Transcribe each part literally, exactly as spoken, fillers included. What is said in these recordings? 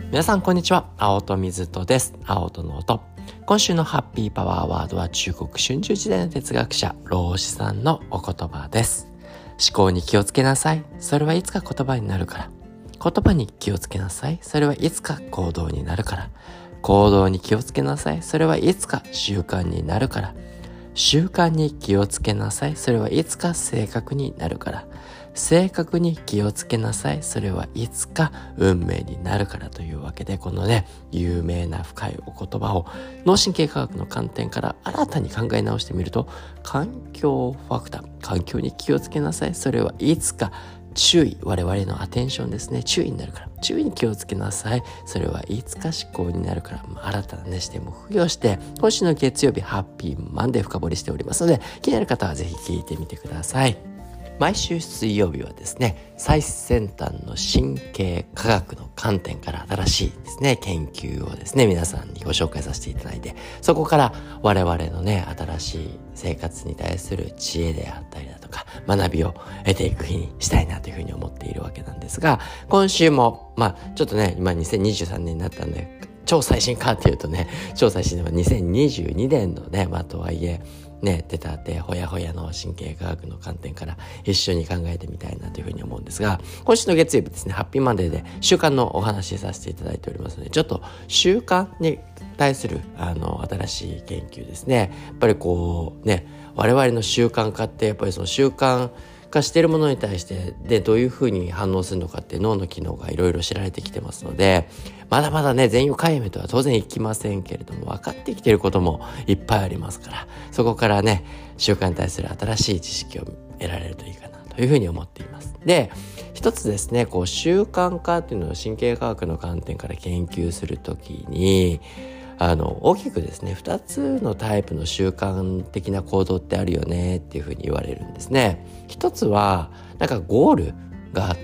皆さんこんにちは。青戸水戸です。青戸の音。今週のハッピーパワーワードは中国春秋時代の哲学者老子さんのお言葉です。思考に気をつけなさい。それはいつか言葉になるから。言葉に気をつけなさい。それはいつか行動になるから。行動に気をつけなさい。それはいつか習慣になるから。習慣に気をつけなさい。それはいつか性格になるから。性格に気をつけなさい。それはいつか運命になるからというわけで、このね、有名な深いお言葉を脳神経科学の観点から新たに考え直してみると、環境ファクター、環境に気をつけなさい。それはいつか注意、我々のアテンションですね、注意になるから。注意に気をつけなさい。それはいつか思考になるから。新たなね、視点も付与して、今週の月曜日ハッピーマンデー深掘りしておりますので、気になる方はぜひ聞いてみてください。毎週水曜日はですね、最先端の神経科学の観点から新しいですね、研究をですね、皆さんにご紹介させていただいて、そこから我々のね、新しい生活に対する知恵であったりだとか、学びを得ていく日にしたいなというふうに思っているわけなんですが、今週も、まあちょっとね、今にせんにじゅうさんねんになったんで、超最新かっていうとね、超最新ではにせんにじゅうにねんのね、まあとはいえ、ね、出たてほやほやの神経科学の観点から一緒に考えてみたいなというふうに思うんですが、今週の月曜日ですね、ハッピーマンデーで習慣のお話しさせていただいておりますので、ちょっと習慣に対するあの新しい研究ですね。やっぱりこうね、我々の習慣化ってやっぱりその習慣化しているものに対してでどういうふうに反応するのかって脳の機能がいろいろ知られてきてますので、まだまだね全容解明とは当然いきませんけれども、分かってきていることもいっぱいありますから、そこからね習慣に対する新しい知識を得られるといいかなというふうに思っています。で、一つですね、こう習慣化っていうのを神経科学の観点から研究するときに、あの大きくですねふたつのタイプの習慣的な行動ってあるよねっていうふうに言われるんですね。一つはなんかゴールがあって、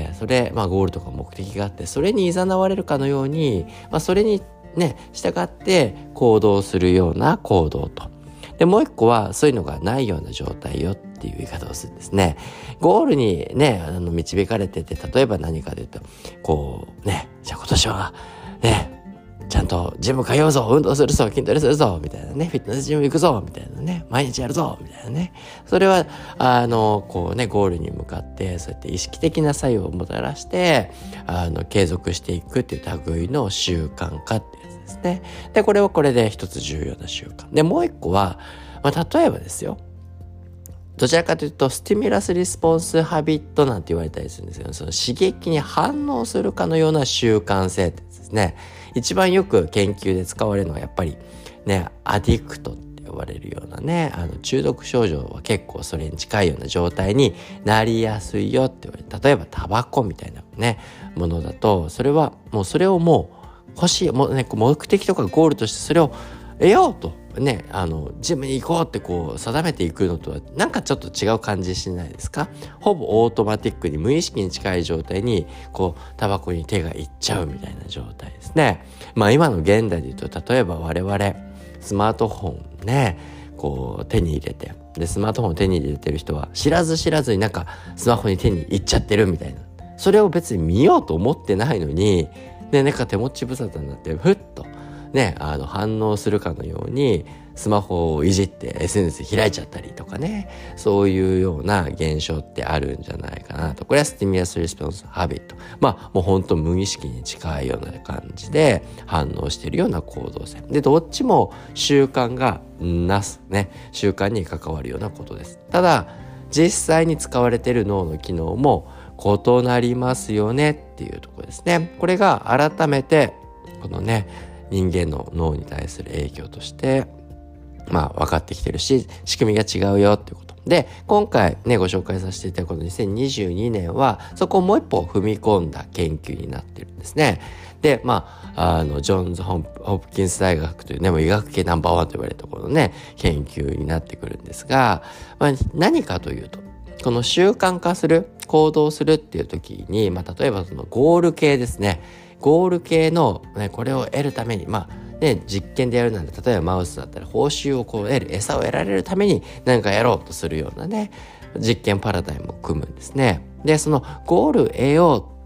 それまあゴールとか目的があって、それに誘われるかのように、まあ、それにね従って行動するような行動と、でもう一個はそういうのがないような状態よっていう言い方をするんですね。ゴールにねあの導かれてて、例えば何かというと、こうねじゃあ今年はねちゃんとジム通うぞ、運動するぞ、筋トレするぞみたいなね、フィットネスジム行くぞみたいなね、毎日やるぞみたいなね、それはあのこうねゴールに向かってそうやって意識的な作用をもたらしてあの継続していくっていう類の習慣化ってやつですね。でこれはこれで一つ重要な習慣で、もう一個は、まあ、例えばですよ、どちらかというとスティミュラスリスポンスハビットなんて言われたりするんですけど、その刺激に反応するかのような習慣性ってですね、一番よく研究で使われるのはやっぱりねアディクトって呼ばれるようなね、あの中毒症状は結構それに近いような状態になりやすいよって言われる。例えばタバコみたいなねものだと、それはもうそれをもう欲しいもう、ね、目的とかゴールとしてそれを得ようとね、あのジムに行こうってこう定めていくのとはなんかちょっと違う感じしないですか？ほぼオートマティックに無意識に近い状態にこうタバコに手がいっちゃうみたいな状態ですね。まあ今の現代で言うと、例えば我々スマートフォンねこう手に入れて、でスマートフォンを手に入れてる人は知らず知らずになんかスマホに手にいっちゃってるみたいな、それを別に見ようと思ってないのにでなんか手持ち無沙汰になってふっとね、あの反応するかのようにスマホをいじって エスエヌエス 開いちゃったりとかね、そういうような現象ってあるんじゃないかなと。これはスティミュラスリスポンスハビット、まあもう本当無意識に近いような感じで反応しているような行動性で、どっちも習慣がなすね習慣に関わるようなことです。ただ実際に使われている脳の機能も異なりますよねっていうところですね。これが改めてこのね人間の脳に対する影響としてまあ分かってきてるし、仕組みが違うよっていうことで、今回ねご紹介させていただいたこのにせんにじゅうにねんはそこをもう一歩踏み込んだ研究になってるんですね。でまああのジョンズ・ホプキンス大学というねもう医学系ナンバーワンと言われるところのね研究になってくるんですが、まあ、何かというと、この習慣化する行動するっていう時に、まあ、例えばそのゴール系ですね、ゴール系の、ね、これを得るためにまあね、実験でやるなら例えばマウスだったら報酬をこう得る、餌を得られるために何かやろうとするようなね実験パラダイムを組むんですね。でそのゴール得ようね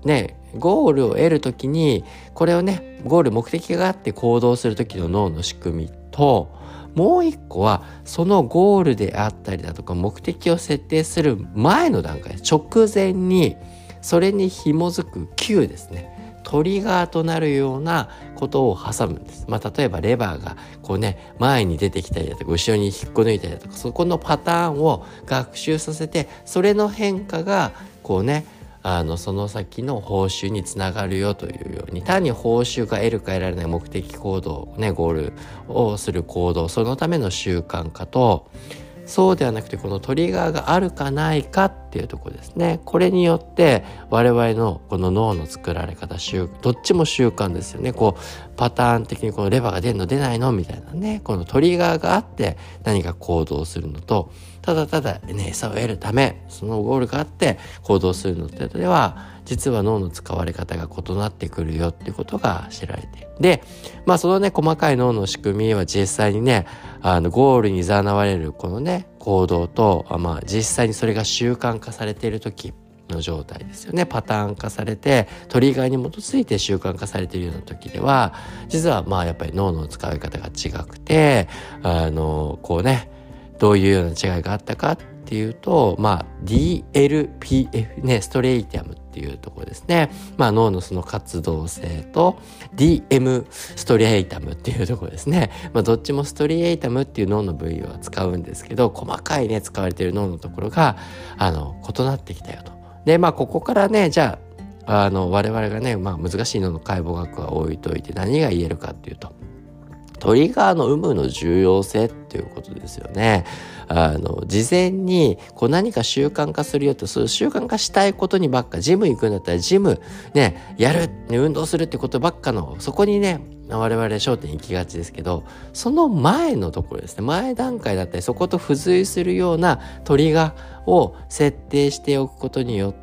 ゴールを得るときにこれをねゴール目的があって行動する時の脳の仕組みと、もう一個はそのゴールであったりだとか目的を設定する前の段階、直前にそれに紐づく Q ですね、トリガーとなるようなことを挟むんです。まあ、例えばレバーがこうね前に出てきたりだとか後ろに引っこ抜いたりだとか、そこのパターンを学習させて、それの変化がこうねあのその先の報酬につながるよというように、単に報酬が得るか得られない目的行動、ね、ゴールをする行動、そのための習慣化と、そうではなくてこのトリガーがあるかないかっていうところですね。これによって我々のこの脳の作られ方、どっちも習慣ですよね。こうパターン的にこのレバーが出るの出ないのみたいなね、このトリガーがあって何か行動するのと、ただただね餌を得るためそのゴールがあって行動するのってでは実は脳の使われ方が異なってくるよっていうことが知られている。で、まあそのね細かい脳の仕組みは実際にねあのゴールに誘われるこのね行動と、まあ実際にそれが習慣化されている時の状態ですよね。パターン化されてトリガーに基づいて習慣化されているような時では、実はまあやっぱり脳の使い方が違くて、あのこうねどういうような違いがあったかっていうと、まあ ディーエルピーエフ ね、ストレイティアムっていうところですね。まあ脳のその活動性と ディーエム ストリエイタムっていうところですね。まあどっちもストリエイタムっていう脳の部位は使うんですけど、細かいね使われている脳のところがあの異なってきたよと。でまあここからねじゃああの我々がね、まあ、難しい脳の解剖学は置いといて何が言えるかっていうと、トリガーの有無の重要性っていうことですよね。あの事前にこう何か習慣化するよって、そういう習慣化したいことにばっか、ジム行くんだったらジムねやる、ね、運動するってことばっかのそこにね我々焦点行きがちですけど、その前のところですね、前段階だったりそこと付随するようなトリガーを設定しておくことによって、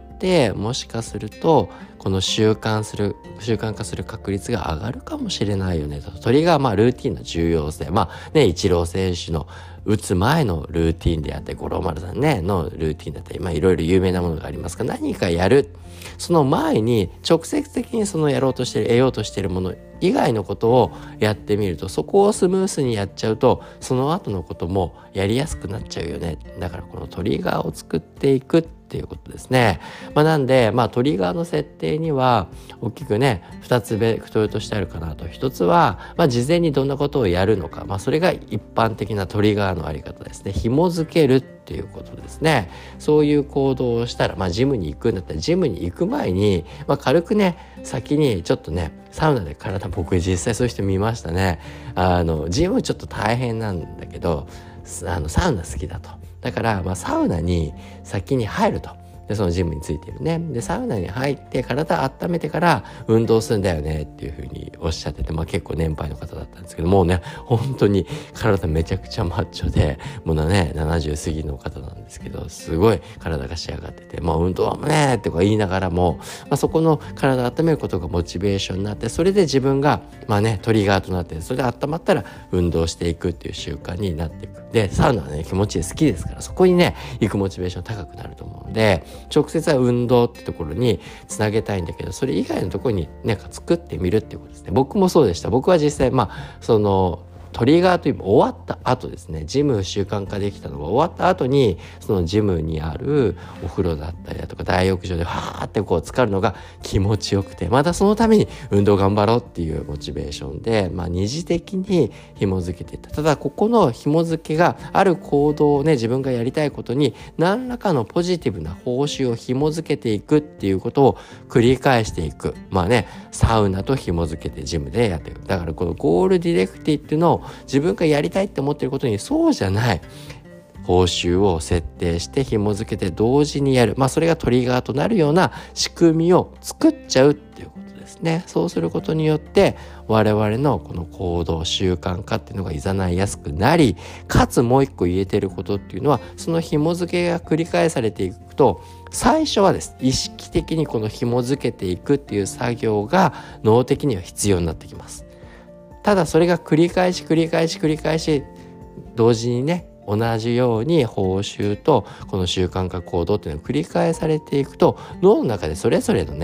もしかするとこの習慣する習慣化する確率が上がるかもしれないよねと。トリガー、まあルーティンの重要性、まあねイチロー選手の打つ前のルーティンであったり、五郎丸さんねのルーティンだったり、まあいろいろ有名なものがありますが、何かやるその前に直接的にそのやろうとしてる得ようとしてるもの以外のことをやってみると、そこをスムースにやっちゃうとその後のこともやりやすくなっちゃうよね。だからこのトリガーを作っていくっていうことですね。まあ、なんで、まあ、トリガーの設定には大きくねふたつベクトルとしてあるかなと。ひとつは、まあ、事前にどんなことをやるのか、まあ、それが一般的なトリガーのあり方ですね。紐付けるっていうことですね。そういう行動をしたら、まあ、ジムに行くんだったらジムに行く前に、まあ、軽くね先にちょっとねサウナで体、僕実際そういう人見ましたね。あのジムちょっと大変なんだけどあのサウナ好きだと。だから、まあ、サウナに先に入ると。でそのジムについてるね。でサウナに入って体温めてから運動するんだよねっていうふうにおっしゃってて、まあ、結構年配の方だったんですけど、もうね本当に体めちゃくちゃマッチョで、もうねななじゅう過ぎの方なんですけど、すごい体が仕上がってて、まあ運動はねって言いながらも、まあ、そこの体を温めることがモチベーションになって、それで自分がまあねトリガーとなって、それで温まったら運動していくっていう習慣になっていく。でサウナはね気持ちいい好きですから、そこにね行くモチベーション高くなると思うので、直接は運動ってところにつなげたいんだけど、それ以外のところにね作ってみるっていうことですね。僕もそうでした。僕は実際まあそのトリガーという終わった後ですね、ジム習慣化できたのが終わった後に、そのジムにあるお風呂だったりだとか大浴場ではーってこう浸かるのが気持ちよくて、またそのために運動頑張ろうっていうモチベーションで、まあ二次的に紐づけていった。ただここの紐づけがある行動をね自分がやりたいことに何らかのポジティブな報酬を紐づけていくっていうことを繰り返していく。まあねサウナと紐づけてジムでやっていく。だからこのゴールディレクティっていうのを自分がやりたいって思ってることにそうじゃない報酬を設定して紐づけて同時にやる、まあそれがトリガーとなるような仕組みを作っちゃうっていうことですね。そうすることによって我々のこの行動習慣化っていうのが誘いやすくなり、かつもう一個言えてることっていうのは、その紐づけが繰り返されていくと、最初はです意識的にこの紐づけていくっていう作業が脳的には必要になってきます。ただそれが繰り返し繰り返し繰り返し同時にね同じように報酬とこの習慣化行動っていうのを繰り返されていくと、脳の中でそれぞれのね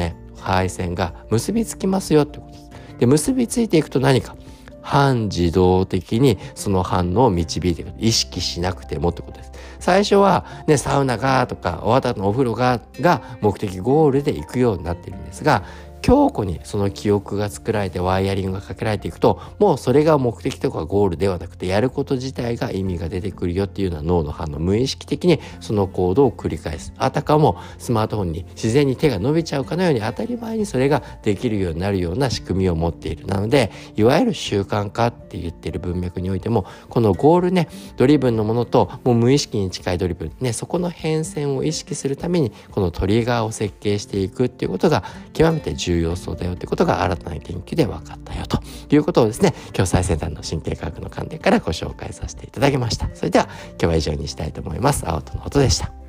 配線が結びつきますよってことです。で、結びついていくと何か半自動的にその反応を導いていく。意識しなくてもってことです。最初はね、サウナがとか終わった後のお風呂がが目的ゴールで行くようになっているんですが、強固にその記憶が作られてワイヤリングがかけられていくと、もうそれが目的とかゴールではなくて、やること自体が意味が出てくるよっていうような脳の反応、無意識的にその行動を繰り返す。あたかもスマートフォンに自然に手が伸びちゃうかのように、当たり前にそれができるようになるような仕組みを持っている。なので、いわゆる習慣化って言ってる文脈においても、このゴールね、ドリブンのものともう無意識に近いドリブンね、そこの変遷を意識するためにこのトリガーを設計していくっていうことが極めて重要そうだよってことが新たな研究で分かったよということをですね、今日最先端の神経科学の観点からご紹介させていただきました。それでは今日は以上にしたいと思います。青との音でした。